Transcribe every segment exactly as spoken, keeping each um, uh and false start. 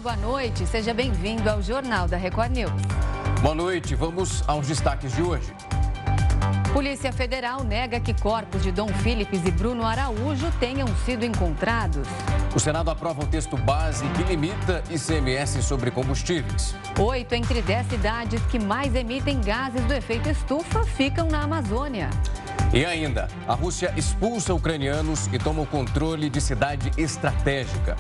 boa noite. Seja bem-vindo ao Jornal da Record News. Boa noite. Vamos aos destaques de hoje. Polícia Federal nega que corpos de Dom Philips e Bruno Araújo tenham sido encontrados. O Senado aprova o texto base que limita I C M S sobre combustíveis. Oito entre dez cidades que mais emitem gases do efeito estufa ficam na Amazônia. E ainda, a Rússia expulsa ucranianos e toma o controle de cidade estratégica.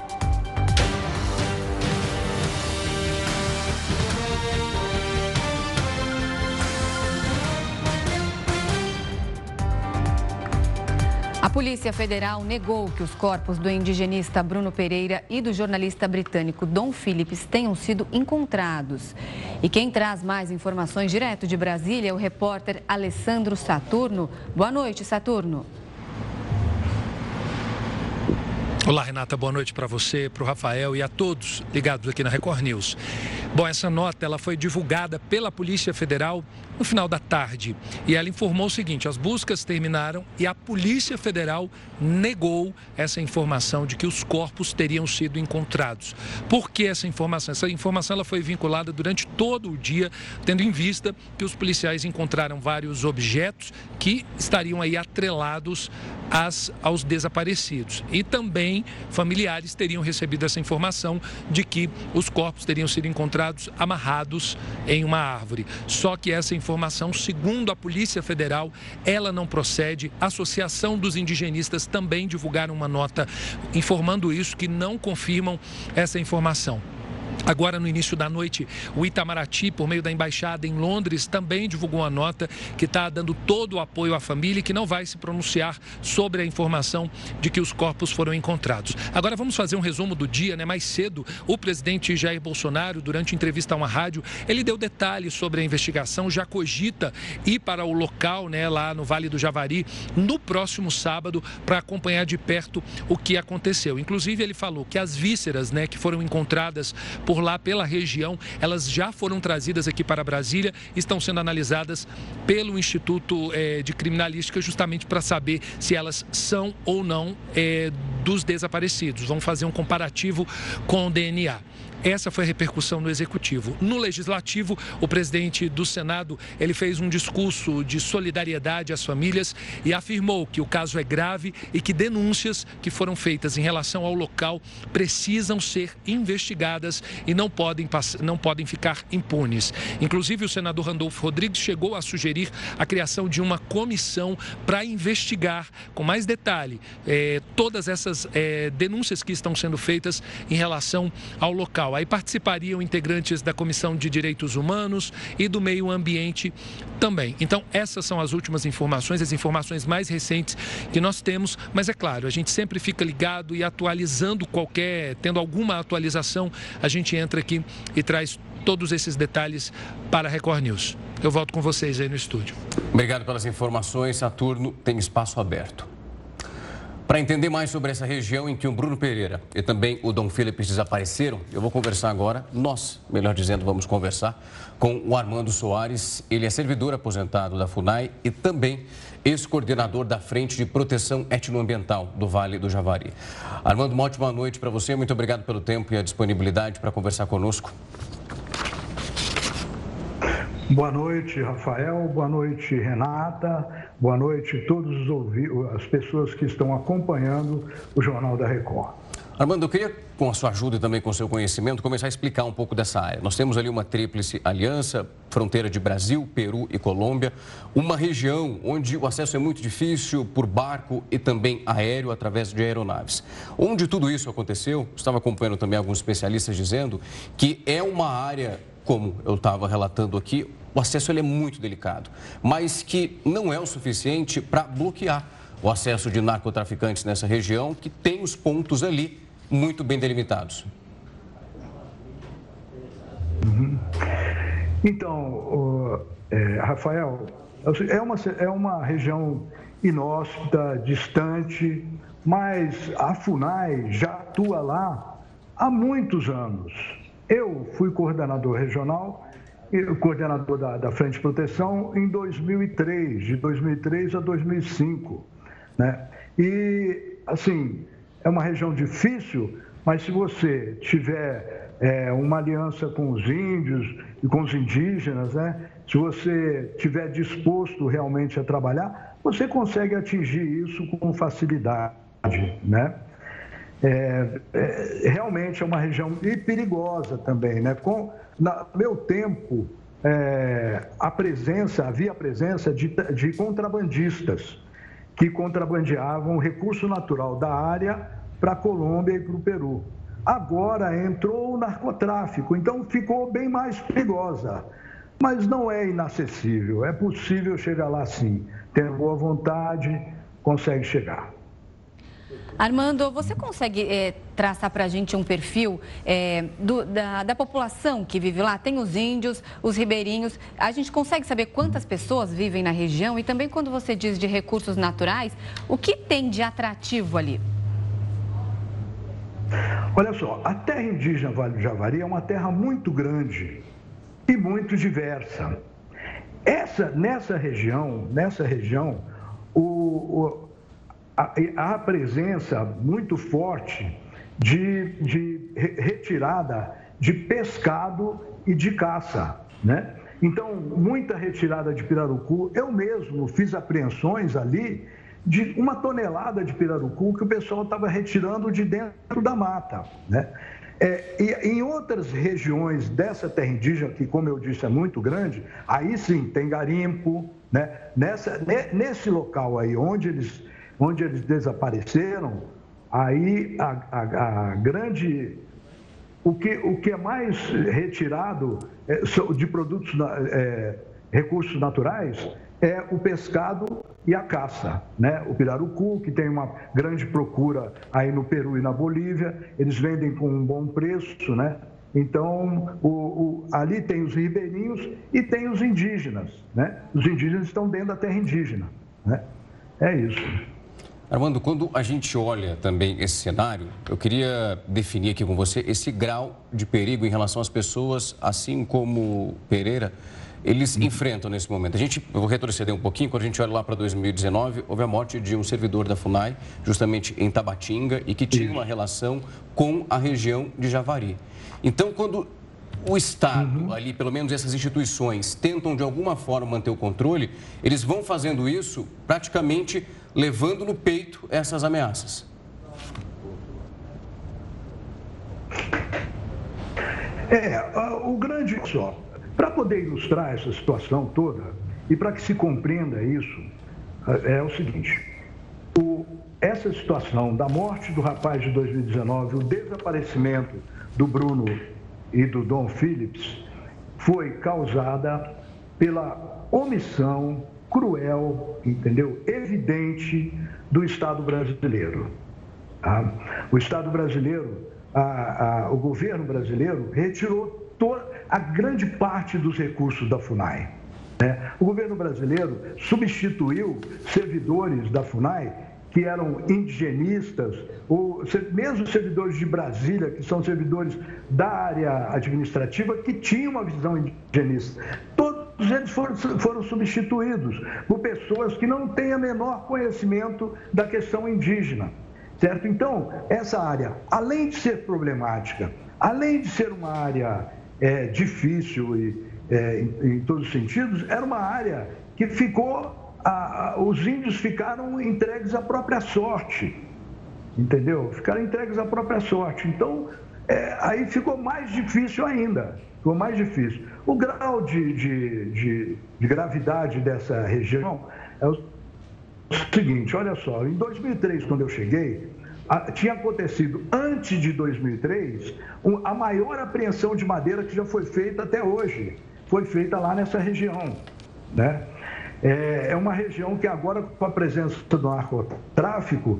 A Polícia Federal negou que os corpos do indigenista Bruno Pereira e do jornalista britânico Dom Philips tenham sido encontrados. E quem traz mais informações direto de Brasília é o repórter Alessandro Saturno. Boa noite, Saturno. Olá, Renata, boa noite para você, para o Rafael e a todos ligados aqui na Record News. Bom, essa nota ela foi divulgada pela Polícia Federal no final da tarde e ela informou o seguinte: as buscas terminaram e a Polícia Federal negou essa informação de que os corpos teriam sido encontrados. Por que essa informação? Essa informação ela foi vinculada durante todo o dia, tendo em vista que os policiais encontraram vários objetos que estariam aí atrelados às, aos desaparecidos. E também familiares teriam recebido essa informação de que os corpos teriam sido encontrados amarrados em uma árvore. Só que essa informação, segundo a Polícia Federal, ela não procede. A Associação dos Indigenistas também divulgaram uma nota informando isso, que não confirmam essa informação. Agora, no início da noite, o Itamaraty, por meio da Embaixada em Londres, também divulgou uma nota que está dando todo o apoio à família e que não vai se pronunciar sobre a informação de que os corpos foram encontrados. Agora, vamos fazer um resumo do dia, né? Mais cedo, o presidente Jair Bolsonaro, durante entrevista a uma rádio, ele deu detalhes sobre a investigação, já cogita ir para o local, né, lá no Vale do Javari, no próximo sábado, para acompanhar de perto o que aconteceu. Inclusive, ele falou que as vísceras, né, que foram encontradas por lá, pela região, elas já foram trazidas aqui para Brasília, estão sendo analisadas pelo Instituto eh, de Criminalística, justamente para saber se elas são ou não eh, dos desaparecidos. Vão fazer um comparativo com o D N A. Essa foi a repercussão no Executivo. No Legislativo, o presidente do Senado, ele fez um discurso de solidariedade às famílias e afirmou que o caso é grave e que denúncias que foram feitas em relação ao local precisam ser investigadas e não podem, não podem ficar impunes. Inclusive, o senador Randolfo Rodrigues chegou a sugerir a criação de uma comissão para investigar com mais detalhe eh, todas essas eh, denúncias que estão sendo feitas em relação ao local. Aí participariam integrantes da Comissão de Direitos Humanos e do Meio Ambiente também. Então, essas são as últimas informações, as informações mais recentes que nós temos. Mas é claro, a gente sempre fica ligado e atualizando qualquer, tendo alguma atualização, a gente entra aqui e traz todos esses detalhes para a Record News. Eu volto com vocês aí no estúdio. Obrigado pelas informações, Saturno. Tem espaço aberto. Para entender mais sobre essa região em que o Bruno Pereira e também o Dom Philips desapareceram, eu vou conversar agora, nós, melhor dizendo, vamos conversar com o Armando Soares. Ele é servidor aposentado da FUNAI e também ex-coordenador da Frente de Proteção Etnoambiental do Vale do Javari. Armando, uma ótima noite para você. Muito obrigado pelo tempo e a disponibilidade para conversar conosco. Boa noite, Rafael. Boa noite, Renata. Boa noite a todas as pessoas que estão acompanhando o Jornal da Record. Armando, eu queria, com a sua ajuda e também com o seu conhecimento, começar a explicar um pouco dessa área. Nós temos ali uma tríplice aliança, fronteira de Brasil, Peru e Colômbia, uma região onde o acesso é muito difícil por barco e também aéreo, através de aeronaves. Onde tudo isso aconteceu, estava acompanhando também alguns especialistas dizendo que é uma área, como eu estava relatando aqui, o acesso ele é muito delicado, mas que não é o suficiente para bloquear o acesso de narcotraficantes nessa região, que tem os pontos ali muito bem delimitados. Uhum. Então, uh, é, Rafael, é uma, é uma região inóspita, distante, mas a FUNAI já atua lá há muitos anos. Eu fui coordenador regional, coordenador da, da Frente de Proteção em dois mil e três, de dois mil e três a dois mil e cinco, né? E, assim, é uma região difícil, mas se você tiver é, uma aliança com os índios e com os indígenas, né? Se você estiver disposto realmente a trabalhar, você consegue atingir isso com facilidade, né? É, é, realmente é uma região e perigosa também, né? Com no meu tempo, é, a presença, havia a presença de, de contrabandistas que contrabandeavam recurso natural da área para a Colômbia e para o Peru. Agora entrou o narcotráfico, então ficou bem mais perigosa. Mas não é inacessível, é possível chegar lá sim. Tendo boa vontade, consegue chegar. Armando, você consegue é, traçar para a gente um perfil é, do, da, da população que vive lá? Tem os índios, os ribeirinhos. A gente consegue saber quantas pessoas vivem na região? E também quando você diz de recursos naturais, o que tem de atrativo ali? Olha só, a terra indígena Vale do Javari é uma terra muito grande e muito diversa. Essa, nessa região, nessa região, o, o, a, a presença muito forte de, de retirada de pescado e de caça, né? Então, muita retirada de pirarucu. Eu mesmo fiz apreensões ali de uma tonelada de pirarucu que o pessoal estava retirando de dentro da mata, né? É, e em outras regiões dessa terra indígena, que, como eu disse, é muito grande, aí sim tem garimpo, né? Nessa, nesse local aí onde eles, onde eles desapareceram, aí a, a, a grande... O que, o que é mais retirado é, de produtos, é, recursos naturais, é o pescado e a caça, né? O pirarucu, que tem uma grande procura aí no Peru e na Bolívia, eles vendem com um bom preço, né? Então, o, o, ali tem os ribeirinhos e tem os indígenas, né? Os indígenas estão dentro da terra indígena, né? É isso. Armando, quando a gente olha também esse cenário, eu queria definir aqui com você esse grau de perigo em relação às pessoas, assim como Pereira, eles enfrentam nesse momento. A gente, eu vou retroceder um pouquinho, quando a gente olha lá para dois mil e dezenove, houve a morte de um servidor da FUNAI, justamente em Tabatinga, e que tinha uma relação com a região de Javari. Então, quando o Estado, uhum. ali, pelo menos essas instituições, tentam de alguma forma manter o controle, eles vão fazendo isso praticamente levando no peito essas ameaças. É, o grande só. Para poder ilustrar essa situação toda e para que se compreenda isso, é o seguinte: o, essa situação da morte do rapaz de dois mil e dezenove, o desaparecimento do Bruno e do Dom Phillips, foi causada pela omissão cruel, entendeu? Evidente do Estado brasileiro. Tá? O Estado brasileiro, a, a, o governo brasileiro retirou toda a grande parte dos recursos da FUNAI, né? O governo brasileiro substituiu servidores da FUNAI que eram indigenistas, ou mesmo servidores de Brasília, que são servidores da área administrativa, que tinham uma visão indigenista. Todos eles foram, foram substituídos por pessoas que não têm o menor conhecimento da questão indígena, certo? Então, essa área, além de ser problemática, além de ser uma área é, difícil e, é, em, em todos os sentidos, era uma área que ficou... A, a, os índios ficaram entregues à própria sorte, entendeu? Ficaram entregues à própria sorte. Então, é, aí ficou mais difícil ainda, ficou mais difícil. O grau de, de, de, de gravidade dessa região é o seguinte, olha só, em dois mil e três, quando eu cheguei, a, tinha acontecido, antes de dois mil e três, um, a maior apreensão de madeira que já foi feita até hoje, foi feita lá nessa região, né? É uma região que agora, com a presença do narcotráfico,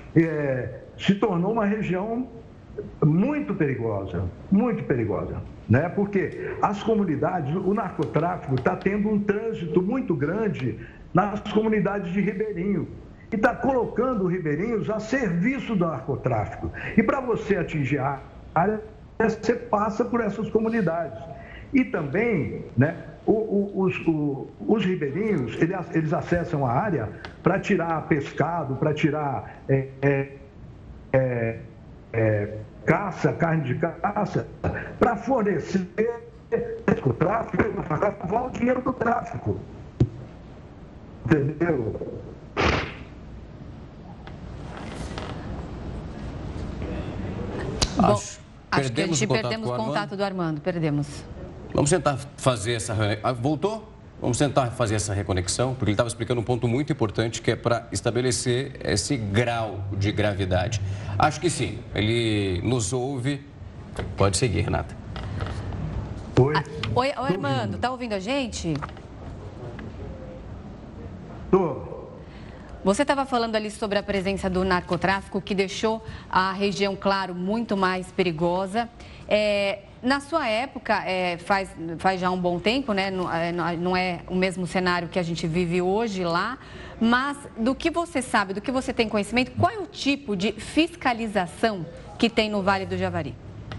é, se tornou uma região muito perigosa, muito perigosa, né? Porque as comunidades, o narcotráfico está tendo um trânsito muito grande nas comunidades de ribeirinho e está colocando os ribeirinhos a serviço do narcotráfico. E para você atingir a área, você passa por essas comunidades. E também, né? O, o, os, o, os ribeirinhos, eles, eles acessam a área para tirar pescado, para tirar é, é, é, é, caça, carne de caça, para fornecer o tráfico, o dinheiro do tráfico. Entendeu? Bom, acho, acho que a gente contato perdemos o contato do Armando, perdemos. Vamos tentar fazer essa... Ah, voltou? Vamos tentar fazer essa reconexão, porque ele estava explicando um ponto muito importante, que é para estabelecer esse grau de gravidade. Acho que sim, ele nos ouve. Pode seguir, Renata. Oi. Ah, oi, oi, Armando, tá ouvindo a gente? Tô. Você estava falando ali sobre a presença do narcotráfico, que deixou a região, claro, muito mais perigosa. É, na sua época, é, faz, faz já um bom tempo, né? Não, é, não é o mesmo cenário que a gente vive hoje lá, mas do que você sabe, do que você tem conhecimento, qual é o tipo de fiscalização que tem no Vale do Javari?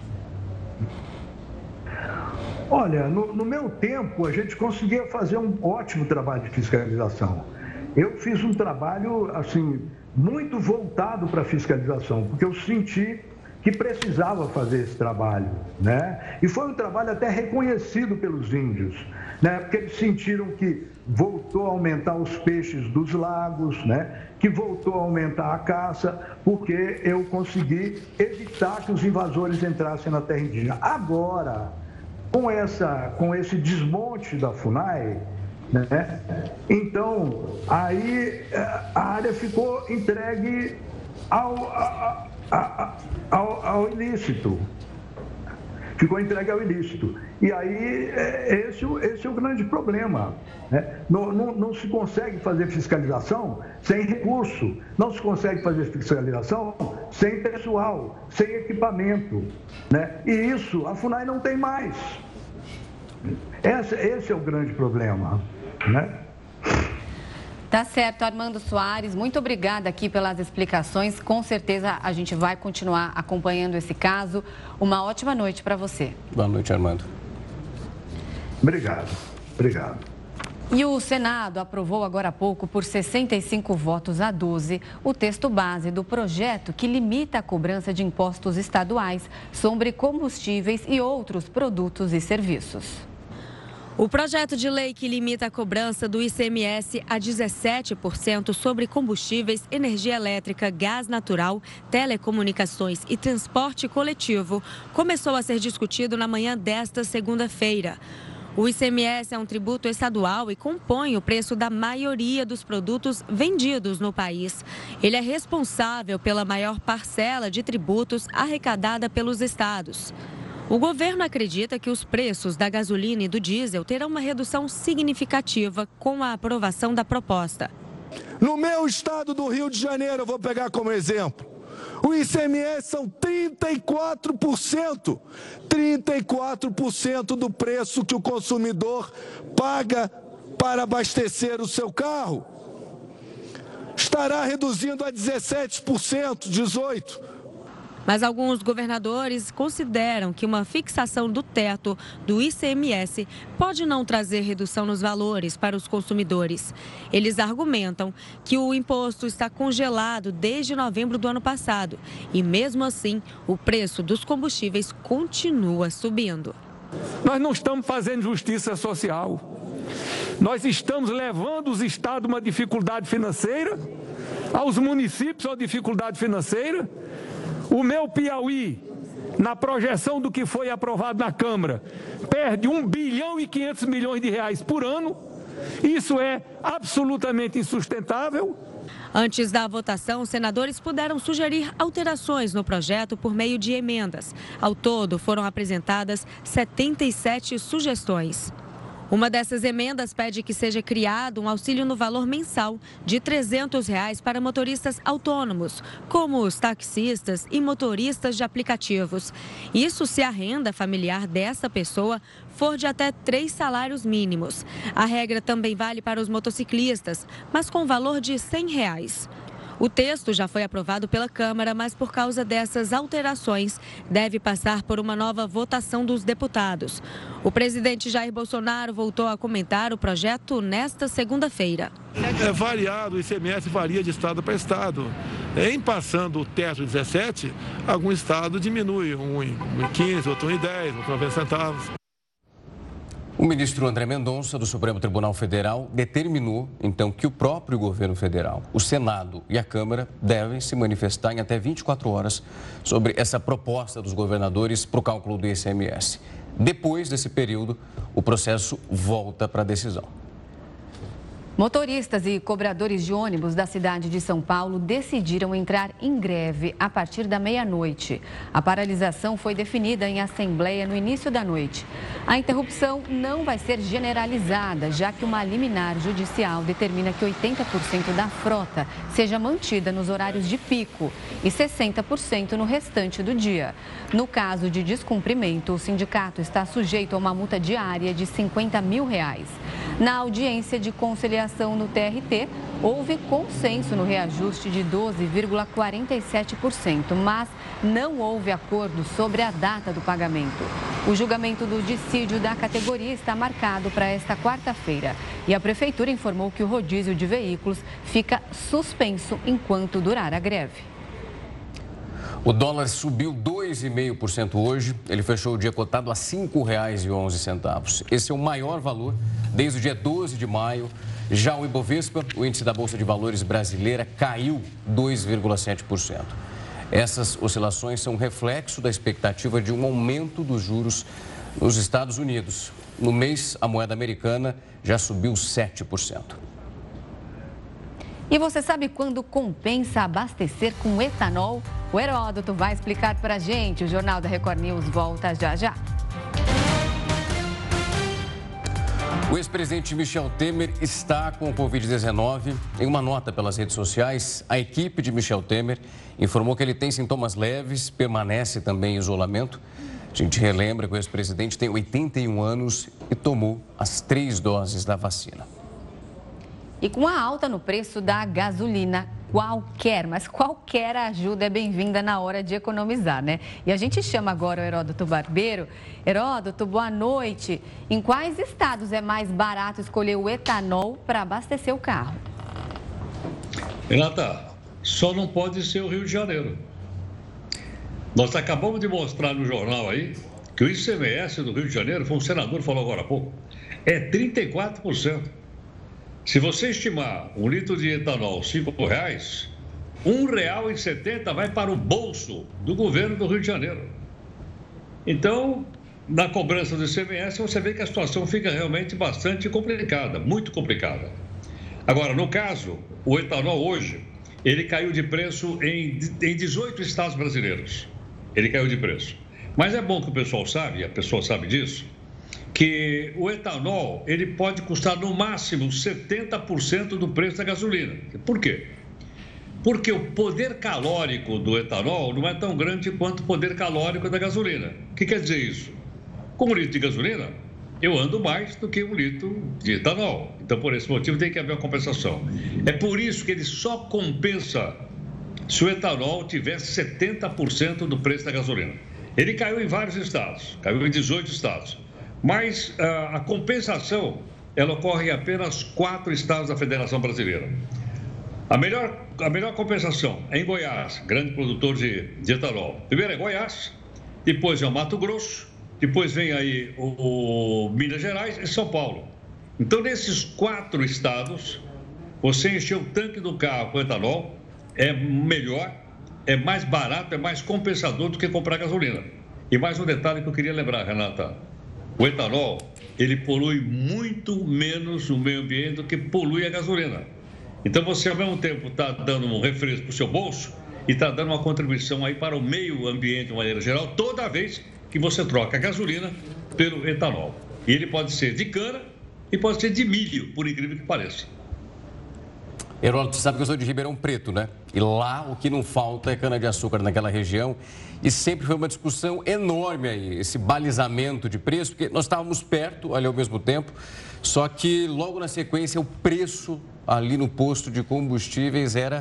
Olha, no, no meu tempo, a gente conseguia fazer um ótimo trabalho de fiscalização. Eu fiz um trabalho, assim, muito voltado para a fiscalização, porque eu senti que precisava fazer esse trabalho, né? E foi um trabalho até reconhecido pelos índios, né? Porque eles sentiram que voltou a aumentar os peixes dos lagos, né? Que voltou a aumentar a caça, porque eu consegui evitar que os invasores entrassem na terra indígena. Agora, com, essa, com esse desmonte da FUNAI, né? Então, aí a área ficou entregue ao, a, a, ao, ao ilícito. Ficou entregue ao ilícito. E aí, esse, esse é o grande problema, né? Não, não, não se consegue fazer fiscalização sem recurso, não se consegue fazer fiscalização sem pessoal, sem equipamento, né? E isso a FUNAI não tem mais. Esse, esse é o grande problema, né? Tá certo, Armando Soares, muito obrigada aqui pelas explicações. Com certeza a gente vai continuar acompanhando esse caso. Uma ótima noite para você. Boa noite, Armando. Obrigado, obrigado. E o Senado aprovou agora há pouco, por sessenta e cinco votos a doze, o texto base do projeto que limita a cobrança de impostos estaduais sobre combustíveis e outros produtos e serviços. O projeto de lei que limita a cobrança do I C M S a dezessete por cento sobre combustíveis, energia elétrica, gás natural, telecomunicações e transporte coletivo começou a ser discutido na manhã desta segunda-feira. O I C M S é um tributo estadual e compõe o preço da maioria dos produtos vendidos no país. Ele é responsável pela maior parcela de tributos arrecadada pelos estados. O governo acredita que os preços da gasolina e do diesel terão uma redução significativa com a aprovação da proposta. No meu estado do Rio de Janeiro, eu vou pegar como exemplo, o I C M S são trinta e quatro por cento. trinta e quatro por cento do preço que o consumidor paga para abastecer o seu carro. Estará reduzindo a dezessete por cento, dezoito por cento. Mas alguns governadores consideram que uma fixação do teto do I C M S pode não trazer redução nos valores para os consumidores. Eles argumentam que o imposto está congelado desde novembro do ano passado e, mesmo assim, o preço dos combustíveis continua subindo. Nós não estamos fazendo justiça social. Nós estamos levando os estados a uma dificuldade financeira, aos municípios a uma dificuldade financeira. O meu Piauí, na projeção do que foi aprovado na Câmara, perde um bilhão e quinhentos milhões de reais por ano. Isso é absolutamente insustentável. Antes da votação, os senadores puderam sugerir alterações no projeto por meio de emendas. Ao todo, foram apresentadas setenta e sete sugestões. Uma dessas emendas pede que seja criado um auxílio no valor mensal de trezentos reais para motoristas autônomos, como os taxistas e motoristas de aplicativos. Isso se a renda familiar dessa pessoa for de até três salários mínimos. A regra também vale para os motociclistas, mas com valor de cem reais. O texto já foi aprovado pela Câmara, mas por causa dessas alterações, deve passar por uma nova votação dos deputados. O presidente Jair Bolsonaro voltou a comentar o projeto nesta segunda-feira. É variado, o I C M S varia de estado para estado. Em passando o teto de dezessete, algum estado diminui, um em quinze, outro em dez, outro em noventa centavos. O ministro André Mendonça, do Supremo Tribunal Federal, determinou, então, que o próprio governo federal, o Senado e a Câmara devem se manifestar em até vinte e quatro horas sobre essa proposta dos governadores para o cálculo do I C M S. Depois desse período, o processo volta para a decisão. Motoristas e cobradores de ônibus da cidade de São Paulo decidiram entrar em greve a partir da meia-noite. A paralisação foi definida em assembleia no início da noite. A interrupção não vai ser generalizada, já que uma liminar judicial determina que oitenta por cento da frota seja mantida nos horários de pico e sessenta por cento no restante do dia. No caso de descumprimento, o sindicato está sujeito a uma multa diária de cinquenta mil reais. Na audiência de conciliação no T R T, houve consenso no reajuste de doze vírgula quarenta e sete por cento, mas não houve acordo sobre a data do pagamento. O julgamento do dissídio da categoria está marcado para esta quarta-feira e a Prefeitura informou que o rodízio de veículos fica suspenso enquanto durar a greve. O dólar subiu dois vírgula cinco por cento hoje. Ele fechou o dia cotado a cinco reais e onze centavos. Esse é o maior valor desde o dia doze de maio. Já o Ibovespa, o índice da Bolsa de Valores brasileira, caiu dois vírgula sete por cento. Essas oscilações são reflexo da expectativa de um aumento dos juros nos Estados Unidos. No mês, a moeda americana já subiu sete por cento. E você sabe quando compensa abastecer com etanol? O Heródoto vai explicar para a gente. O Jornal da Record News volta já já. O ex-presidente Michel Temer está com o covid dezenove. Em uma nota pelas redes sociais, a equipe de Michel Temer informou que ele tem sintomas leves, permanece também em isolamento. A gente relembra que o ex-presidente tem oitenta e um anos e tomou as três doses da vacina. E com a alta no preço da gasolina, qualquer, mas qualquer ajuda é bem-vinda na hora de economizar, né? E a gente chama agora o Heródoto Barbeiro. Heródoto, boa noite. Em quais estados é mais barato escolher o etanol para abastecer o carro? Renata, só não pode ser o Rio de Janeiro. Nós acabamos de mostrar no jornal aí que o I C M S do Rio de Janeiro, foi um senador que falou agora há pouco, é trinta e quatro por cento. Se você estimar um litro de etanol cinco reais, um real e setenta vai para o bolso do governo do Rio de Janeiro. Então, na cobrança do I C M S, você vê que a situação fica realmente bastante complicada, muito complicada. Agora, no caso, o etanol hoje, ele caiu de preço em, em dezoito estados brasileiros. Ele caiu de preço. Mas é bom que o pessoal sabe, a pessoa sabe disso, que o etanol, ele pode custar no máximo setenta por cento do preço da gasolina. Por quê? Porque o poder calórico do etanol não é tão grande quanto o poder calórico da gasolina. O que quer dizer isso? Com um litro de gasolina, eu ando mais do que um litro de etanol. Então, por esse motivo, tem que haver uma compensação. É por isso que ele só compensa se o etanol tiver setenta por cento do preço da gasolina. Ele caiu em vários estados, caiu em dezoito estados. Mas a, a compensação, ela ocorre em apenas quatro estados da Federação Brasileira. A melhor, a melhor compensação é em Goiás, grande produtor de, de etanol. Primeiro é Goiás, depois é o Mato Grosso, depois vem aí o, o Minas Gerais e São Paulo. Então, nesses quatro estados, você encher o tanque do carro com etanol é melhor, é mais barato, é mais compensador do que comprar gasolina. E mais um detalhe que eu queria lembrar, Renata. O etanol, ele polui muito menos o meio ambiente do que polui a gasolina. Então, você, ao mesmo tempo, está dando um refresco para o seu bolso e está dando uma contribuição aí para o meio ambiente, de maneira geral, toda vez que você troca a gasolina pelo etanol. E ele pode ser de cana e pode ser de milho, por incrível que pareça. Heródoto, você sabe que eu sou de Ribeirão Preto, né? E lá o que não falta é cana-de-açúcar naquela região. E sempre foi uma discussão enorme aí, esse balizamento de preço, porque nós estávamos perto ali ao mesmo tempo, só que logo na sequência o preço ali no posto de combustíveis era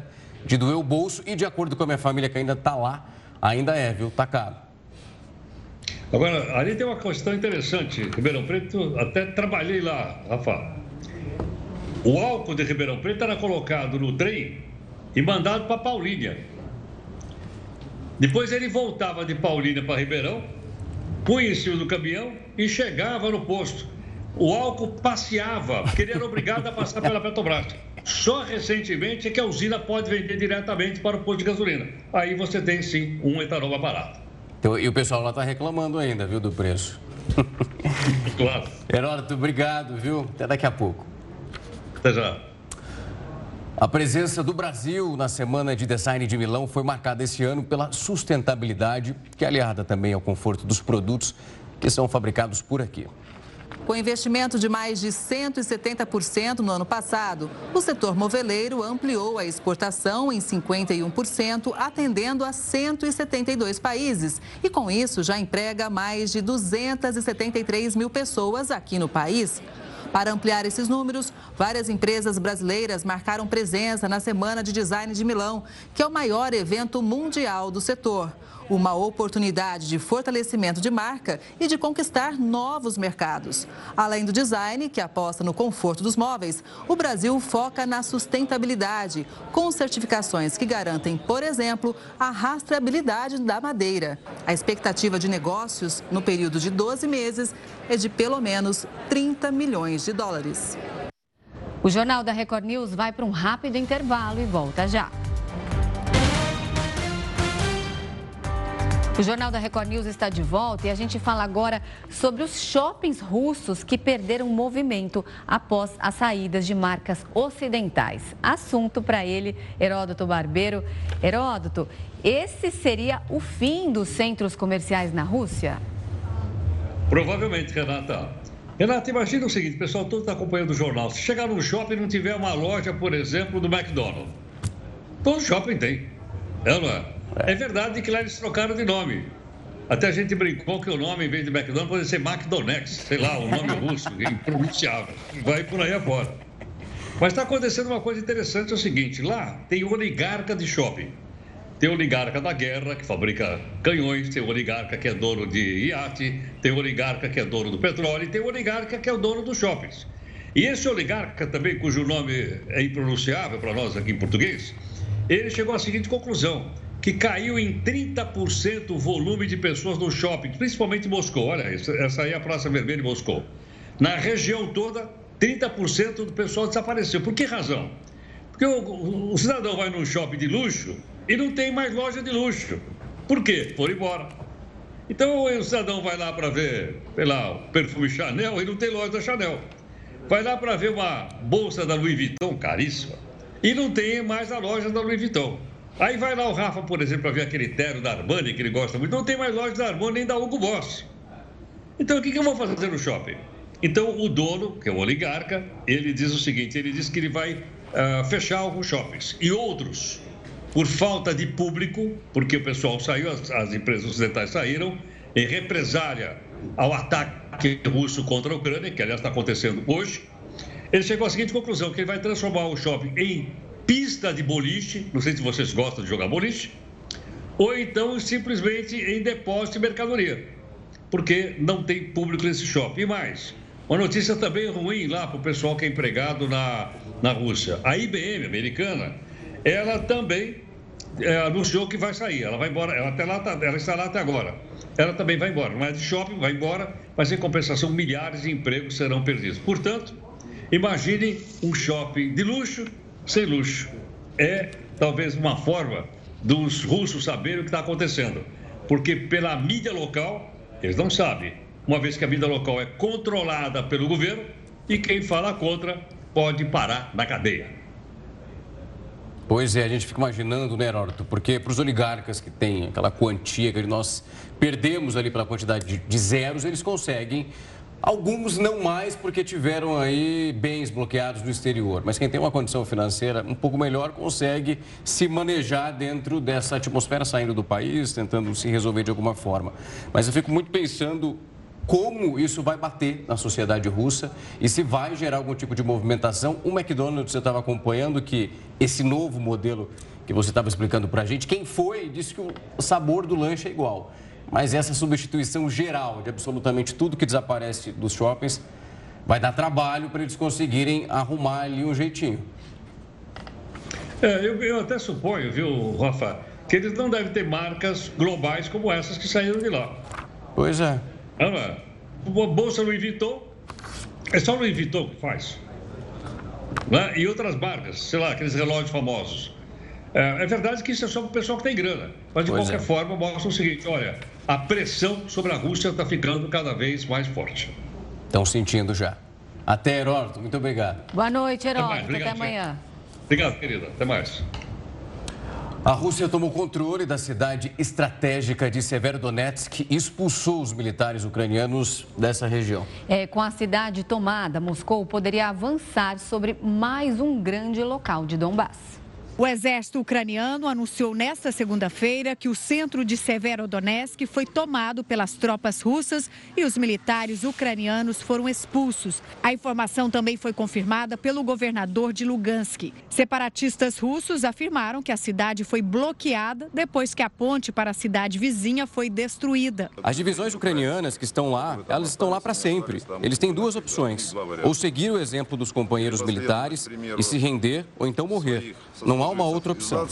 de doer o bolso e, de acordo com a minha família que ainda está lá, ainda é, viu? Tá caro. Agora, ali tem uma questão interessante. Ribeirão Preto, até trabalhei lá, Rafa. O álcool de Ribeirão Preto era colocado no trem e mandado para Paulínia. Depois ele voltava de Paulínia para Ribeirão, punha em cima do caminhão e chegava no posto. O álcool passeava, porque ele era obrigado a passar pela Petrobras. Só recentemente é que a usina pode vender diretamente para o posto de gasolina. Aí você tem, sim, um etanol mais barato. Então, e o pessoal lá está reclamando ainda, viu, do preço. Claro. Heródoto, obrigado, viu? Até daqui a pouco. Até já. A presença do Brasil na Semana de Design de Milão foi marcada esse ano pela sustentabilidade, que é aliada também ao conforto dos produtos que são fabricados por aqui. Com investimento de mais de cento e setenta por cento no ano passado, o setor moveleiro ampliou a exportação em cinquenta e um por cento, atendendo a cento e setenta e dois países. E com isso já emprega mais de duzentas e setenta e três mil pessoas aqui no país. Para ampliar esses números, várias empresas brasileiras marcaram presença na Semana de Design de Milão, que é o maior evento mundial do setor. Uma oportunidade de fortalecimento de marca e de conquistar novos mercados. Além do design, que aposta no conforto dos móveis, o Brasil foca na sustentabilidade, com certificações que garantem, por exemplo, a rastreabilidade da madeira. A expectativa de negócios no período de doze meses é de pelo menos trinta milhões de dólares. O Jornal da Record News vai para um rápido intervalo e volta já. O Jornal da Record News está de volta e a gente fala agora sobre os shoppings russos que perderam movimento após as saídas de marcas ocidentais. Assunto para ele, Heródoto Barbeiro. Heródoto, esse seria o fim dos centros comerciais na Rússia? Provavelmente, Renata. Renata, imagina o seguinte, o pessoal todo está acompanhando o jornal. Se chegar no shopping e não tiver uma loja, por exemplo, do McDonald's, todo shopping tem, é ou não é? É verdade que lá eles trocaram de nome. Até a gente brincou que o nome, em vez de McDonald's, pode ser McDonald's, sei lá, um nome russo, impronunciável. Vai por aí afora. Mas está acontecendo uma coisa interessante, é o seguinte, lá tem o oligarca de shopping. Tem o oligarca da guerra, que fabrica canhões, tem o oligarca que é dono de iate, tem o oligarca que é dono do petróleo e tem o oligarca que é o dono dos shoppings. E esse oligarca também, cujo nome é impronunciável para nós aqui em português, ele chegou à seguinte conclusão, que caiu em trinta por cento o volume de pessoas no shopping, principalmente em Moscou. Olha, essa aí é a Praça Vermelha de Moscou. Na região toda, trinta por cento do pessoal desapareceu. Por que razão? Porque o, o cidadão vai num shopping de luxo e não tem mais loja de luxo. Por quê? Foram embora. Então, o cidadão vai lá para ver, sei lá, o perfume Chanel e não tem loja da Chanel. Vai lá para ver uma bolsa da Louis Vuitton, caríssima, e não tem mais a loja da Louis Vuitton. Aí vai lá o Rafa, por exemplo, para ver aquele terno da Armani, que ele gosta muito. Não tem mais loja da Armani nem da Hugo Boss. Então, o que, que eu vou fazer no shopping? Então, o dono, que é o oligarca, ele diz o seguinte, ele diz que ele vai uh, fechar alguns shoppings. E outros, por falta de público, porque o pessoal saiu, as, as empresas ocidentais saíram, em represália ao ataque russo contra a Ucrânia, que aliás está acontecendo hoje, ele chegou à seguinte conclusão, que ele vai transformar o shopping em pista de boliche, não sei se vocês gostam de jogar boliche, ou então simplesmente em depósito de mercadoria, porque não tem público nesse shopping. E mais, uma notícia também ruim lá para o pessoal que é empregado na, na Rússia. A I B M, americana, ela também é, anunciou que vai sair, ela vai embora, ela, até lá, ela está lá até agora. Ela também vai embora, não é de shopping, vai embora, mas em compensação milhares de empregos serão perdidos. Portanto, imagine um shopping de luxo sem luxo. É talvez uma forma dos russos saberem o que está acontecendo. Porque pela mídia local, eles não sabem. Uma vez que a mídia local é controlada pelo governo e quem fala contra pode parar na cadeia. Pois é, a gente fica imaginando, né, Heródoto? Porque para os oligarcas que têm aquela quantia que nós perdemos ali pela quantidade de, de zeros, eles conseguem. Alguns não mais porque tiveram aí bens bloqueados no exterior, mas quem tem uma condição financeira um pouco melhor consegue se manejar dentro dessa atmosfera, saindo do país, tentando se resolver de alguma forma. Mas eu fico muito pensando como isso vai bater na sociedade russa e se vai gerar algum tipo de movimentação. O McDonald's, eu estava acompanhando que esse novo modelo que você estava explicando para a gente. Quem foi disse que o sabor do lanche é igual. Mas essa substituição geral de absolutamente tudo que desaparece dos shoppings vai dar trabalho para eles conseguirem arrumar ali um jeitinho. É, eu, eu até suponho, viu, Rafa, que eles não devem ter marcas globais como essas que saíram de lá. Pois é. Não é? A bolsa Louis Vuitton, é só Louis Vuitton que faz. Né? E outras marcas, sei lá, aqueles relógios famosos. É, é verdade que isso é só para o pessoal que tem grana. Mas, de pois qualquer é. forma, mostra o seguinte, olha, a pressão sobre a Rússia está ficando cada vez mais forte. Estão sentindo já. Até, Heródoto. Muito obrigado. Boa noite, Heródoto. Até, Até, Até amanhã. Obrigado, querida. Até mais. A Rússia tomou controle da cidade estratégica de Severodonetsk e expulsou os militares ucranianos dessa região. É, com a cidade tomada, Moscou poderia avançar sobre mais um grande local de Donbass. O exército ucraniano anunciou nesta segunda-feira que o centro de Severodonetsk foi tomado pelas tropas russas e os militares ucranianos foram expulsos. A informação também foi confirmada pelo governador de Lugansk. Separatistas russos afirmaram que a cidade foi bloqueada depois que a ponte para a cidade vizinha foi destruída. As divisões ucranianas que estão lá, elas estão lá para sempre. Eles têm duas opções: ou seguir o exemplo dos companheiros militares e se render, ou então morrer. Não há uma outra opção.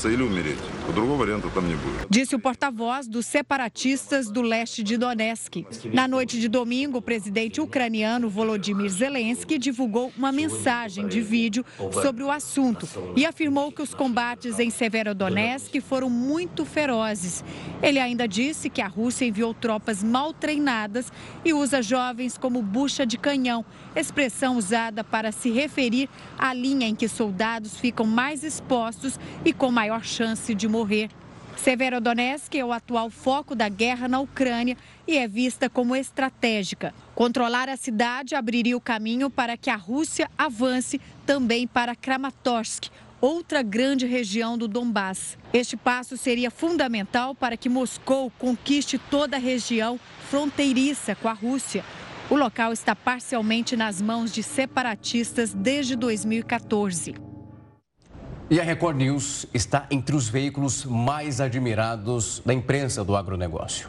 Disse o porta-voz dos separatistas do leste de Donetsk. Na noite de domingo, o presidente ucraniano Volodymyr Zelensky divulgou uma mensagem de vídeo sobre o assunto e afirmou que os combates em Severodonetsk foram muito ferozes. Ele ainda disse que a Rússia enviou tropas mal treinadas e usa jovens como bucha de canhão, expressão usada para se referir à linha em que soldados ficam mais expostos e com maior chance de morrer. Severodonetsk é o atual foco da guerra na Ucrânia e é vista como estratégica. Controlar a cidade abriria o caminho para que a Rússia avance também para Kramatorsk, outra grande região do Donbass. Este passo seria fundamental para que Moscou conquiste toda a região fronteiriça com a Rússia. O local está parcialmente nas mãos de separatistas desde dois mil e quatorze. E a Record News está entre os veículos mais admirados da imprensa do agronegócio.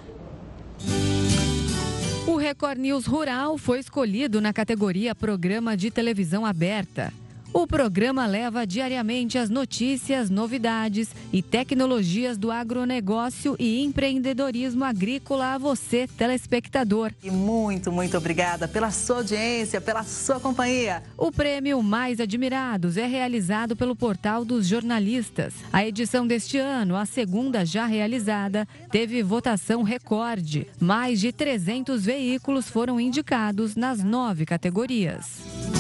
O Record News Rural foi escolhido na categoria Programa de Televisão Aberta. O programa leva diariamente as notícias, novidades e tecnologias do agronegócio e empreendedorismo agrícola a você, telespectador. E muito, muito obrigada pela sua audiência, pela sua companhia. O prêmio Mais Admirados é realizado pelo Portal dos Jornalistas. A edição deste ano, a segunda já realizada, teve votação recorde. Mais de trezentos veículos foram indicados nas nove categorias.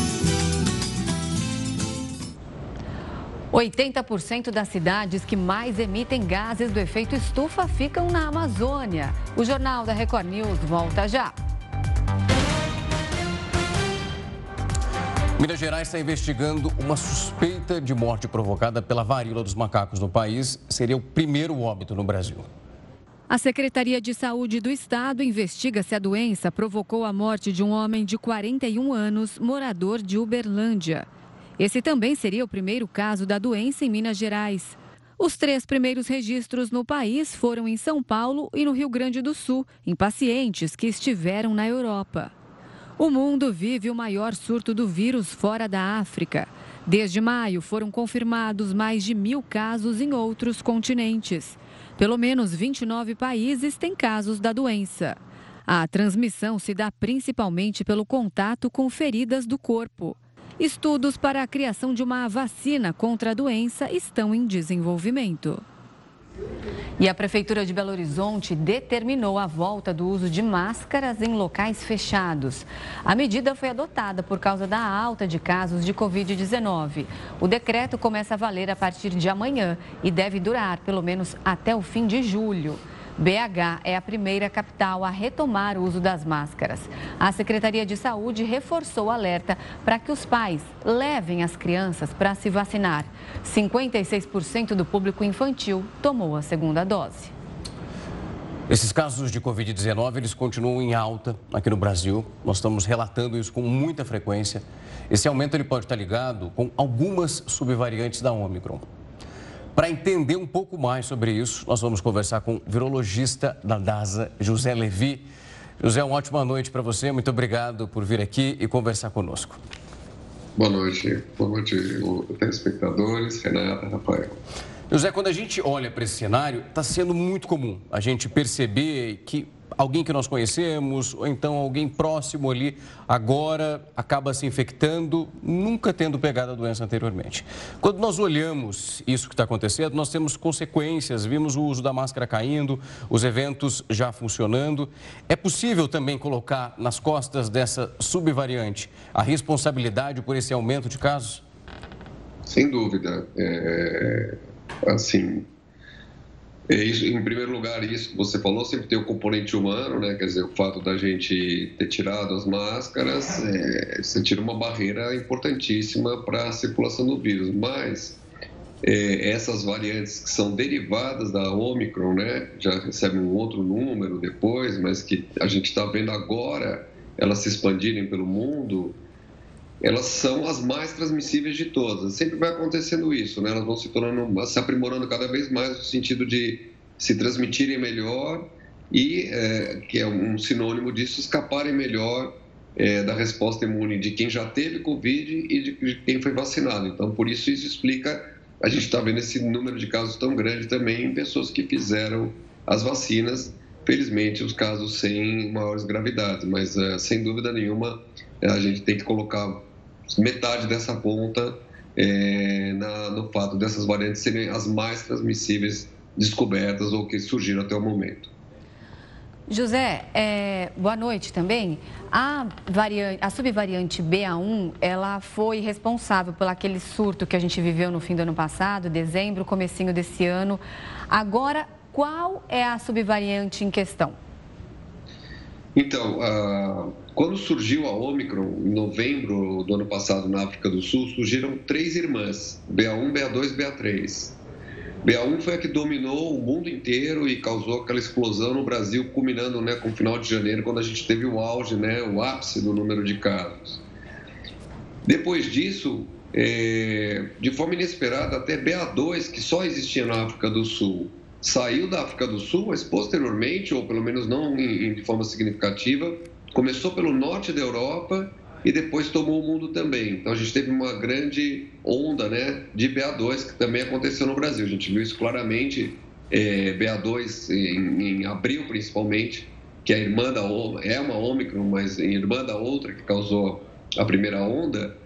oitenta por cento das cidades que mais emitem gases do efeito estufa ficam na Amazônia. O Jornal da Record News volta já. Minas Gerais está investigando uma suspeita de morte provocada pela varíola dos macacos no país. Seria o primeiro óbito no Brasil. A Secretaria de Saúde do Estado investiga se a doença provocou a morte de um homem de quarenta e um anos, morador de Uberlândia. Esse também seria o primeiro caso da doença em Minas Gerais. Os três primeiros registros no país foram em São Paulo e no Rio Grande do Sul, em pacientes que estiveram na Europa. O mundo vive o maior surto do vírus fora da África. Desde maio, foram confirmados mais de mil casos em outros continentes. Pelo menos vinte e nove países têm casos da doença. A transmissão se dá principalmente pelo contato com feridas do corpo. Estudos para a criação de uma vacina contra a doença estão em desenvolvimento. E a Prefeitura de Belo Horizonte determinou a volta do uso de máscaras em locais fechados. A medida foi adotada por causa da alta de casos de covid dezenove. O decreto começa a valer a partir de amanhã e deve durar pelo menos até o fim de julho. B H é a primeira capital a retomar o uso das máscaras. A Secretaria de Saúde reforçou o alerta para que os pais levem as crianças para se vacinar. cinquenta e seis por cento do público infantil tomou a segunda dose. Esses casos de covid dezenove, eles continuam em alta aqui no Brasil. Nós estamos relatando isso com muita frequência. Esse aumento ele pode estar ligado com algumas subvariantes da Ômicron. Para entender um pouco mais sobre isso, nós vamos conversar com o virologista da DASA, José Levi. José, uma ótima noite para você. Muito obrigado por vir aqui e conversar conosco. Boa noite. Boa noite, telespectadores, Renata, Rafael. José, quando a gente olha para esse cenário, está sendo muito comum a gente perceber que alguém que nós conhecemos, ou então alguém próximo ali, agora acaba se infectando, nunca tendo pegado a doença anteriormente. Quando nós olhamos isso que está acontecendo, nós temos consequências, vimos o uso da máscara caindo, os eventos já funcionando. É possível também colocar nas costas dessa subvariante a responsabilidade por esse aumento de casos? Sem dúvida. É, assim... É isso, em primeiro lugar, isso que você falou, sempre tem o componente humano, né? Quer dizer, o fato da gente ter tirado as máscaras, é, você tira uma barreira importantíssima para a circulação do vírus. Mas é, essas variantes que são derivadas da Omicron, né? Já recebem um outro número depois, mas que a gente está vendo agora elas se expandirem pelo mundo, elas são as mais transmissíveis de todas. Sempre vai acontecendo isso, né? Elas vão se tornando, se aprimorando cada vez mais no sentido de se transmitirem melhor e, é, que é um sinônimo disso, escaparem melhor é, da resposta imune de quem já teve Covid e de, de quem foi vacinado. Então, por isso, isso explica, a gente está vendo esse número de casos tão grande também em pessoas que fizeram as vacinas, felizmente os casos sem maiores gravidades, mas é, sem dúvida nenhuma a gente tem que colocar metade dessa conta é, na, no fato dessas variantes serem as mais transmissíveis descobertas ou que surgiram até o momento. José, é, boa noite também. A, variante, a subvariante B A um, ela foi responsável por aquele surto que a gente viveu no fim do ano passado, dezembro, comecinho desse ano. Agora, qual é a subvariante em questão? Então, a, quando surgiu a Omicron, em novembro do ano passado, na África do Sul, surgiram três irmãs, B A um, B A dois e B A três. B A um foi a que dominou o mundo inteiro e causou aquela explosão no Brasil, culminando, né, com o final de janeiro, quando a gente teve o auge, né, o ápice do número de casos. Depois disso, é, de forma inesperada, até B A dois, que só existia na África do Sul, saiu da África do Sul, mas posteriormente, ou pelo menos não em, de forma significativa, começou pelo norte da Europa e depois tomou o mundo também. Então, a gente teve uma grande onda, né, de B A dois, que também aconteceu no Brasil. A gente viu isso claramente, é, B A dois em, em abril, principalmente, que é a irmã da é uma Omicron, mas irmã da outra que causou a primeira onda,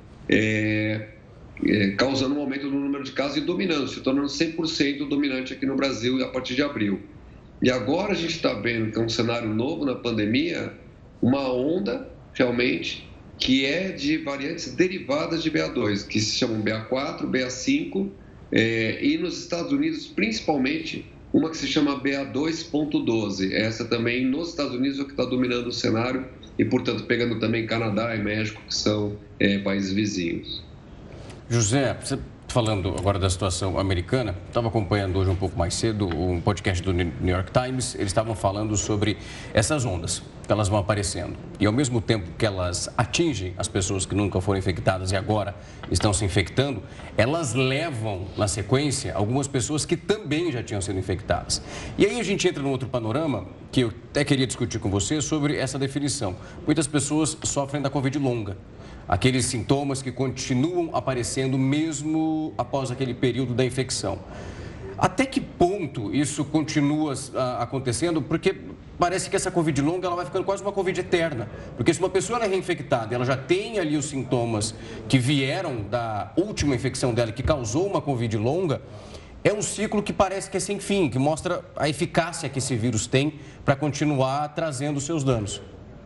é, é, causando um aumento no número de casos e dominando, se tornando cem por cento dominante aqui no Brasil a partir de abril. E agora a gente está vendo que é um cenário novo na pandemia, uma onda, realmente, que é de variantes derivadas de B A dois, que se chamam B A quatro, B A cinco, é, e nos Estados Unidos, principalmente, uma que se chama B A dois ponto doze. Essa também, nos Estados Unidos, é o que está dominando o cenário e, portanto, pegando também Canadá e México, que são é, países vizinhos. José, você falando agora da situação americana, estava acompanhando hoje um pouco mais cedo um podcast do New York Times, eles estavam falando sobre essas ondas, que elas vão aparecendo. E ao mesmo tempo que elas atingem as pessoas que nunca foram infectadas e agora estão se infectando, elas levam, na sequência, algumas pessoas que também já tinham sido infectadas. E aí a gente entra num outro panorama que eu até queria discutir com você sobre essa definição. Muitas pessoas sofrem da Covid longa. Aqueles sintomas que continuam aparecendo mesmo após aquele período da infecção. Até que ponto isso continua a, acontecendo? Porque parece que essa Covid longa ela vai ficando quase uma Covid eterna. Porque se uma pessoa é reinfectada, ela já tem ali os sintomas que vieram da última infecção dela, que causou uma Covid longa, é um ciclo que parece que é sem fim, que mostra a eficácia que esse vírus tem para continuar trazendo seus danos.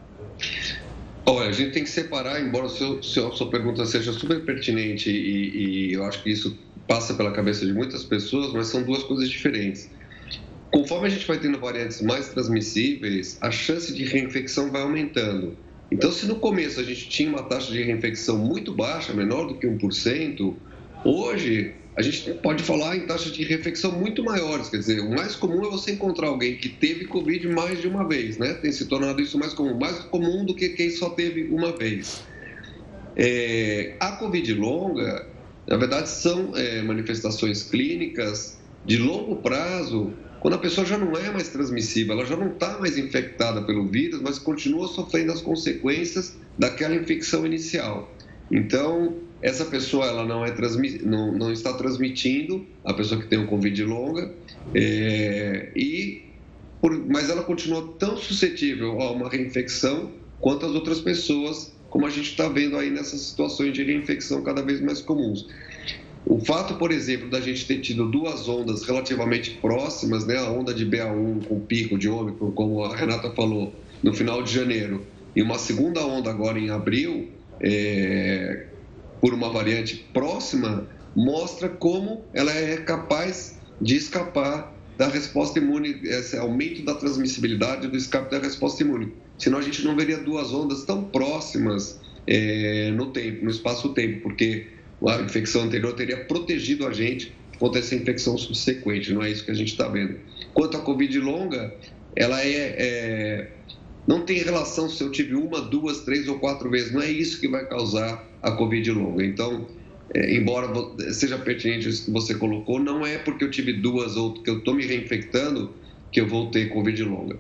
Olha, a gente tem que separar, embora a sua, sua pergunta seja super pertinente e, e eu acho que isso passa pela cabeça de muitas pessoas, mas são duas coisas diferentes. Conforme a gente vai tendo variantes mais transmissíveis, a chance de reinfecção vai aumentando. Então, se no começo a gente tinha uma taxa de reinfecção muito baixa, menor do que um por cento, hoje a gente pode falar em taxas de reinfecção muito maiores. Quer dizer, o mais comum é você encontrar alguém que teve Covid mais de uma vez, né? Tem se tornado isso mais comum, mais comum do que quem só teve uma vez. É, a Covid longa, Na verdade, são é, manifestações clínicas de longo prazo, quando a pessoa já não é mais transmissível, ela já não está mais infectada pelo vírus, mas continua sofrendo as consequências daquela infecção inicial. Então, essa pessoa ela não, é transmi... não, não está transmitindo, a pessoa que tem o Covid longa, é... e... mas ela continua tão suscetível a uma reinfecção quanto as outras pessoas, como a gente está vendo aí nessas situações de reinfecção cada vez mais comuns. O fato, por exemplo, da gente ter tido duas ondas relativamente próximas, né, a onda de B A um com pico de Ômicron, como a Renata falou, no final de janeiro, e uma segunda onda agora em abril, é, por uma variante próxima, mostra como ela é capaz de escapar da resposta imune, esse aumento da transmissibilidade do escape da resposta imune. Senão a gente não veria duas ondas tão próximas é, no tempo, no espaço-tempo, porque a infecção anterior teria protegido a gente contra essa infecção subsequente, não é isso que a gente está vendo. Quanto à Covid longa, ela é, é, não tem relação se eu tive uma, duas, três ou quatro vezes, não é isso que vai causar a Covid longa. Então, é, embora seja pertinente isso que você colocou, não é porque eu tive duas ou que eu estou me reinfectando que eu vou ter Covid longa.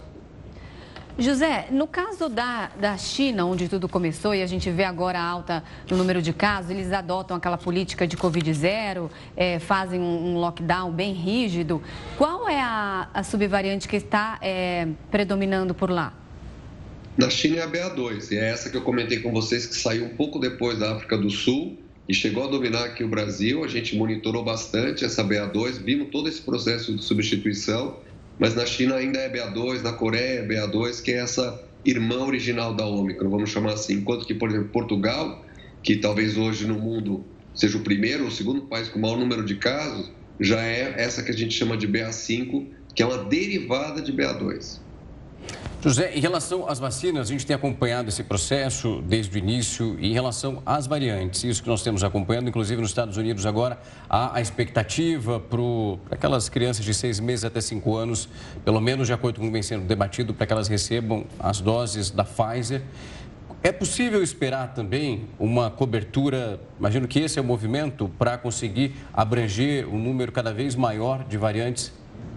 José, no caso da, da China, onde tudo começou e a gente vê agora a alta no número de casos, eles adotam aquela política de Covid zero, é, fazem um, um lockdown bem rígido. Qual é a, a subvariante que está é, predominando por lá? Na China é a B A dois, e é essa que eu comentei com vocês, que saiu um pouco depois da África do Sul e chegou a dominar aqui o Brasil. A gente monitorou bastante essa B A dois, vimos todo esse processo de substituição. Mas na China ainda é B A dois, na Coreia é B A dois, que é essa irmã original da Ômicron, vamos chamar assim. Enquanto que, por exemplo, Portugal, que talvez hoje no mundo seja o primeiro ou o segundo país com o maior número de casos, já é essa que a gente chama de B A cinco, que é uma derivada de B A dois. José, em relação às vacinas, a gente tem acompanhado esse processo desde o início. E em relação às variantes, isso que nós temos acompanhando, inclusive nos Estados Unidos agora, há a expectativa para aquelas crianças de seis meses até cinco anos, pelo menos de acordo com o que vem sendo debatido, para que elas recebam as doses da Pfizer. É possível esperar também uma cobertura, imagino que esse é o movimento, para conseguir abranger um número cada vez maior de variantes?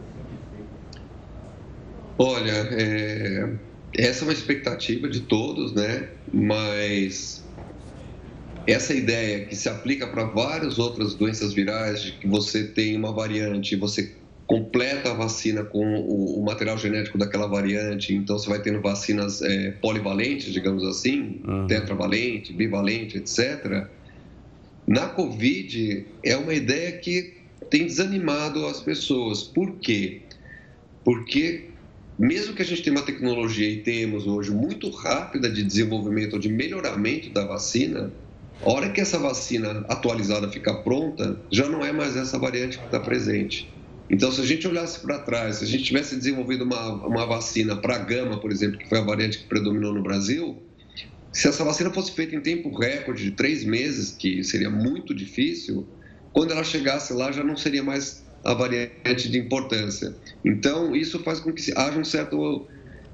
Olha, é, essa é uma expectativa de todos, né? Mas essa ideia que se aplica para várias outras doenças virais, de que você tem uma variante, você completa a vacina com o, o material genético daquela variante, então você vai tendo vacinas é, polivalentes, digamos assim, uhum. tetravalente, bivalente, etcétera. Na Covid, é uma ideia que tem desanimado as pessoas. Por quê? Porque mesmo que a gente tenha uma tecnologia e temos hoje muito rápida de desenvolvimento ou de melhoramento da vacina, a hora que essa vacina atualizada ficar pronta, já não é mais essa variante que está presente. Então, se a gente olhasse para trás, se a gente tivesse desenvolvido uma, uma vacina para a Gama, por exemplo, que foi a variante que predominou no Brasil, se essa vacina fosse feita em tempo recorde de três meses, que seria muito difícil, quando ela chegasse lá já não seria mais a variante de importância. Então, isso faz com que haja um certo,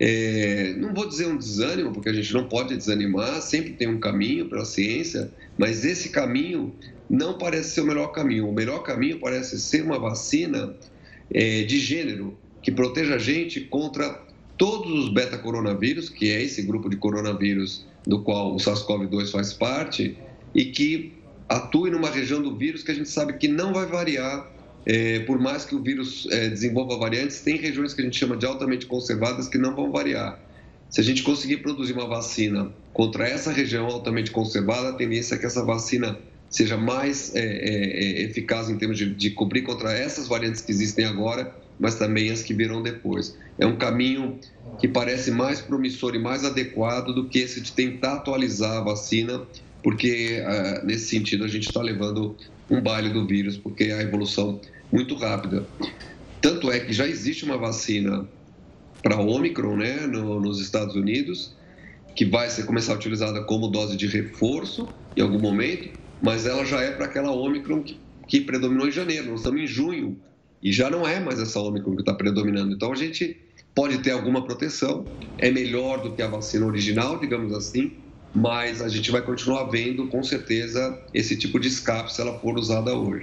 é, não vou dizer um desânimo, porque a gente não pode desanimar, sempre tem um caminho para a ciência, mas esse caminho não parece ser o melhor caminho. O melhor caminho parece ser uma vacina é, de gênero, que proteja a gente contra todos os beta-coronavírus, que é esse grupo de coronavírus do qual o SARS-CoV dois faz parte, e que atue numa região do vírus que a gente sabe que não vai variar. É, por mais que o vírus é, desenvolva variantes, tem regiões que a gente chama de altamente conservadas que não vão variar. Se a gente conseguir produzir uma vacina contra essa região altamente conservada, a tendência é que essa vacina seja mais é, é, eficaz em termos de, de cobrir contra essas variantes que existem agora, mas também as que virão depois. É um caminho que parece mais promissor e mais adequado do que esse de tentar atualizar a vacina, porque uh, nesse sentido a gente está levando um baile do vírus, porque é a evolução muito rápida. Tanto é que já existe uma vacina para Ômicron, né, no, nos Estados Unidos, que vai ser, começar a ser utilizada como dose de reforço em algum momento, mas ela já é para aquela Ômicron que, que predominou em janeiro. Nós estamos em junho e já não é mais essa Ômicron que está predominando. Então a gente pode ter alguma proteção, é melhor do que a vacina original, digamos assim, mas a gente vai continuar vendo, com certeza, esse tipo de escape se ela for usada hoje.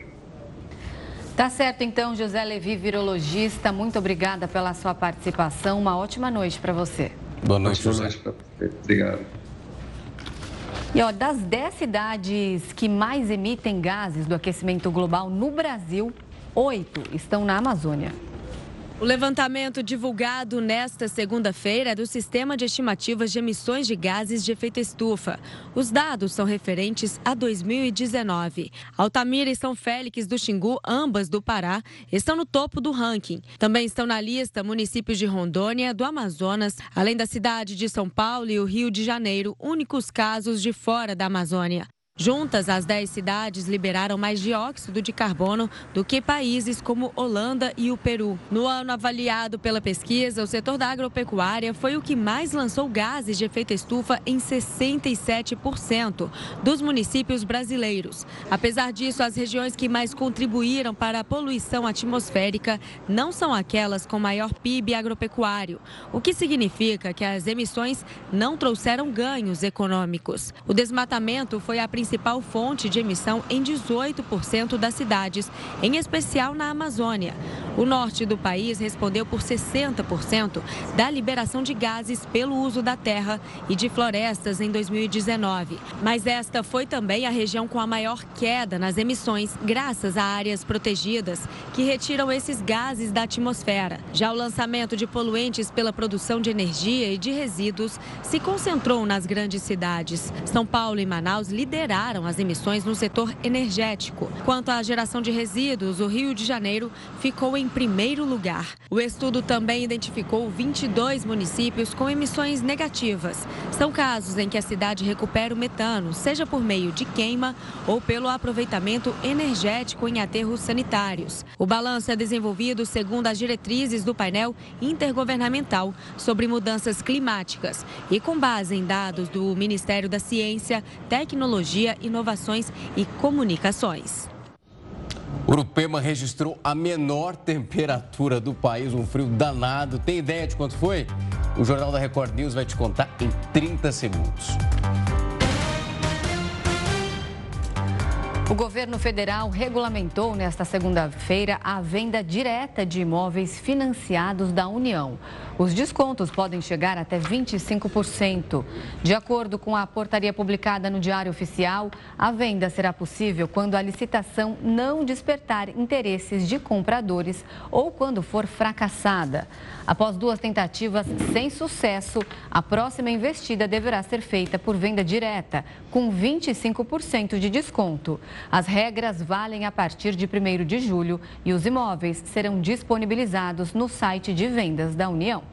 Tá certo, então, José Levi, virologista, muito obrigada pela sua participação. Uma ótima noite para você. Boa noite, José. Boa noite para você. Obrigado. E ó, das dez cidades que mais emitem gases do aquecimento global no Brasil, oito estão na Amazônia. O levantamento divulgado nesta segunda-feira é do Sistema de Estimativas de Emissões de Gases de Efeito Estufa. Os dados são referentes a dois mil e dezenove. Altamira e São Félix do Xingu, ambas do Pará, estão no topo do ranking. Também estão na lista municípios de Rondônia, do Amazonas, além da cidade de São Paulo e o Rio de Janeiro, únicos casos de fora da Amazônia. Juntas, as dez cidades liberaram mais dióxido de carbono do que países como Holanda e o Peru. No ano avaliado pela pesquisa, o setor da agropecuária foi o que mais lançou gases de efeito estufa em sessenta e sete por cento dos municípios brasileiros. Apesar disso, as regiões que mais contribuíram para a poluição atmosférica não são aquelas com maior P I B agropecuário, o que significa que as emissões não trouxeram ganhos econômicos. O desmatamento foi a principal principal fonte de emissão em dezoito por cento das cidades, em especial na Amazônia. O norte do país respondeu por sessenta por cento da liberação de gases pelo uso da terra e de florestas em dois mil e dezenove. Mas esta foi também a região com a maior queda nas emissões, graças a áreas protegidas que retiram esses gases da atmosfera. Já o lançamento de poluentes pela produção de energia e de resíduos se concentrou nas grandes cidades. São Paulo e Manaus lideraram as emissões no setor energético. Quanto à geração de resíduos, o Rio de Janeiro ficou em primeiro lugar. O estudo também identificou vinte e dois municípios com emissões negativas. São casos em que a cidade recupera o metano, seja por meio de queima ou pelo aproveitamento energético em aterros sanitários. O balanço é desenvolvido segundo as diretrizes do painel intergovernamental sobre mudanças climáticas e com base em dados do Ministério da Ciência, Tecnologia, Inovações e Comunicações. Urupema registrou a menor temperatura do país, um frio danado. Tem ideia de quanto foi? O Jornal da Record News vai te contar em trinta segundos. O governo federal regulamentou nesta segunda-feira a venda direta de imóveis financiados da União. Os descontos podem chegar até vinte e cinco por cento. De acordo com a portaria publicada no Diário Oficial, a venda será possível quando a licitação não despertar interesses de compradores ou quando for fracassada. Após duas tentativas sem sucesso, a próxima investida deverá ser feita por venda direta, com vinte e cinco por cento de desconto. As regras valem a partir de primeiro de julho e os imóveis serão disponibilizados no site de vendas da União.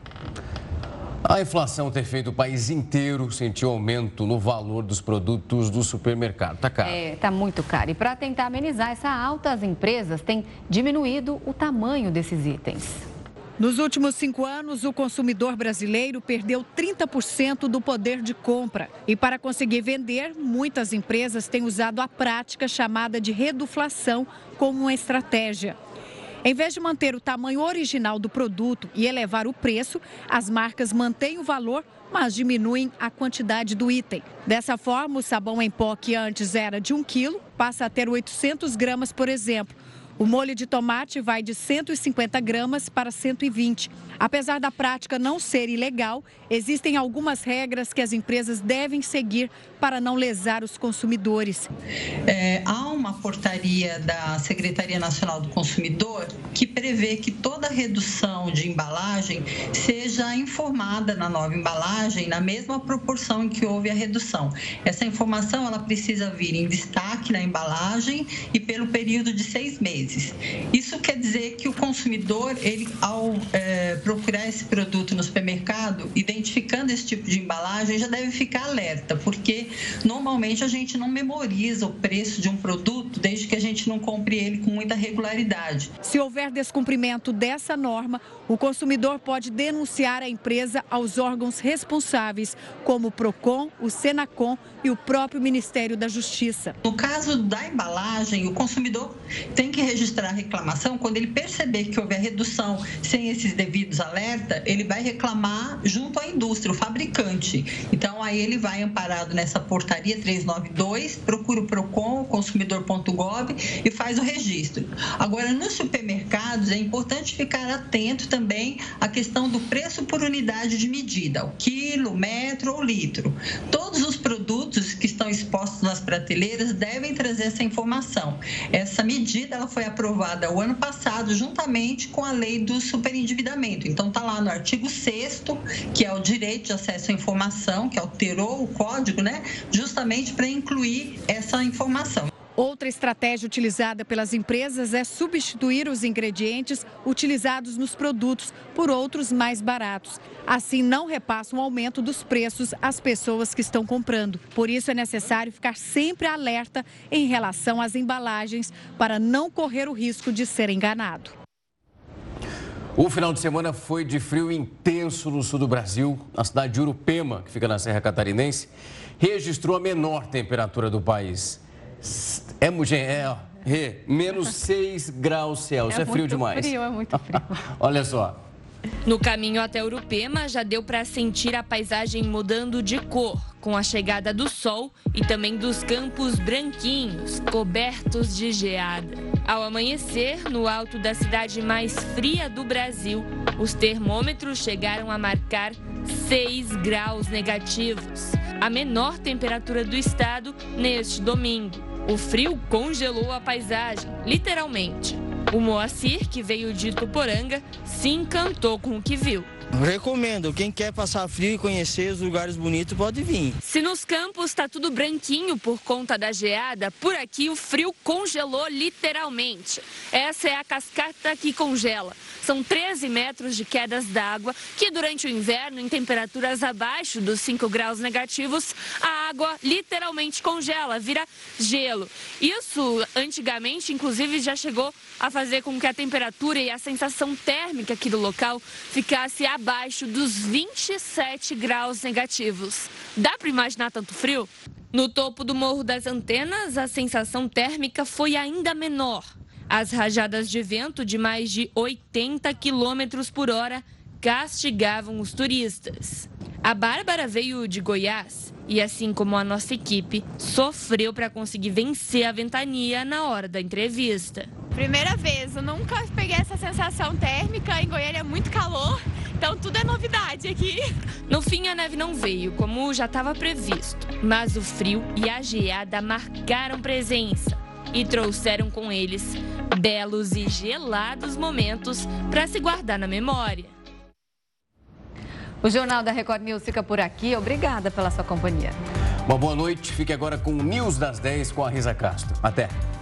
A inflação tem feito o país inteiro sentir aumento no valor dos produtos do supermercado. Tá caro. É, tá muito caro. E para tentar amenizar essa alta, as empresas têm diminuído o tamanho desses itens. Nos últimos cinco anos, o consumidor brasileiro perdeu trinta por cento do poder de compra. E para conseguir vender, muitas empresas têm usado a prática chamada de reduflação como uma estratégia. Em vez de manter o tamanho original do produto e elevar o preço, as marcas mantêm o valor, mas diminuem a quantidade do item. Dessa forma, o sabão em pó, que antes era de um quilo, passa a ter oitocentas gramas, por exemplo. O molho de tomate vai de cento e cinquenta gramas para cento e vinte. Apesar da prática não ser ilegal, existem algumas regras que as empresas devem seguir para não lesar os consumidores. É, há uma portaria da Secretaria Nacional do Consumidor que prevê que toda redução de embalagem seja informada na nova embalagem na mesma proporção em que houve a redução. Essa informação ela precisa vir em destaque na embalagem e pelo período de seis meses. Isso quer dizer que o consumidor, ele, ao é, procurar esse produto no supermercado, identificando esse tipo de embalagem, já deve ficar alerta, porque normalmente a gente não memoriza o preço de um produto desde que a gente não compre ele com muita regularidade. Se houver descumprimento dessa norma, o consumidor pode denunciar a empresa aos órgãos responsáveis, como o Procon, o Senacom e o próprio Ministério da Justiça. No caso da embalagem, o consumidor tem que registrar a reclamação, quando ele perceber que houve a redução sem esses devidos alertas, ele vai reclamar junto à indústria, o fabricante. Então, aí ele vai amparado nessa portaria trezentos e noventa e dois, procura o PROCON, consumidor ponto gov e faz o registro. Agora, nos supermercados, é importante ficar atento também à questão do preço por unidade de medida, o quilo, metro ou litro. Todos os produtos que estão expostos nas prateleiras devem trazer essa informação. Essa medida ela foi aprovada o ano passado, juntamente com a lei do superendividamento. Então, está lá no artigo sexto, que é o direito de acesso à informação, que alterou o código, né, justamente para incluir essa informação. Outra estratégia utilizada pelas empresas é substituir os ingredientes utilizados nos produtos por outros mais baratos. Assim, não repassam o aumento dos preços às pessoas que estão comprando. Por isso, é necessário ficar sempre alerta em relação às embalagens para não correr o risco de ser enganado. O final de semana foi de frio intenso no sul do Brasil. A cidade de Urupema, que fica na Serra Catarinense, registrou a menor temperatura do país. É, é, é menos seis graus Celsius, é, é frio demais. Frio, é muito frio. Olha só. No caminho até Urupema, já deu para sentir a paisagem mudando de cor, com a chegada do sol e também dos campos branquinhos, cobertos de geada. Ao amanhecer, no alto da cidade mais fria do Brasil, os termômetros chegaram a marcar seis graus negativos, a menor temperatura do estado neste domingo. O frio congelou a paisagem, literalmente. O Moacir, que veio de Tuporanga, se encantou com o que viu. Recomendo, quem quer passar frio e conhecer os lugares bonitos pode vir. Se nos campos está tudo branquinho por conta da geada, por aqui o frio congelou literalmente. Essa é a cascata que congela. São treze metros de quedas d'água que durante o inverno, em temperaturas abaixo dos cinco graus negativos, a água literalmente congela, vira gelo. Isso, antigamente, inclusive, já chegou a fazer com que a temperatura e a sensação térmica aqui do local ficasse abaixo dos vinte e sete graus negativos. Dá para imaginar tanto frio? No topo do Morro das Antenas, a sensação térmica foi ainda menor. As rajadas de vento de mais de oitenta quilômetros por hora castigavam os turistas. A Bárbara veio de Goiás e, assim como a nossa equipe, sofreu para conseguir vencer a ventania na hora da entrevista. Primeira vez, eu nunca peguei essa sensação térmica, em Goiânia é muito calor, então tudo é novidade aqui. No fim, a neve não veio, como já estava previsto, mas o frio e a geada marcaram presença e trouxeram com eles belos e gelados momentos para se guardar na memória. O Jornal da Record News fica por aqui. Obrigada pela sua companhia. Uma boa noite. Fique agora com o News das dez com a Risa Castro. Até.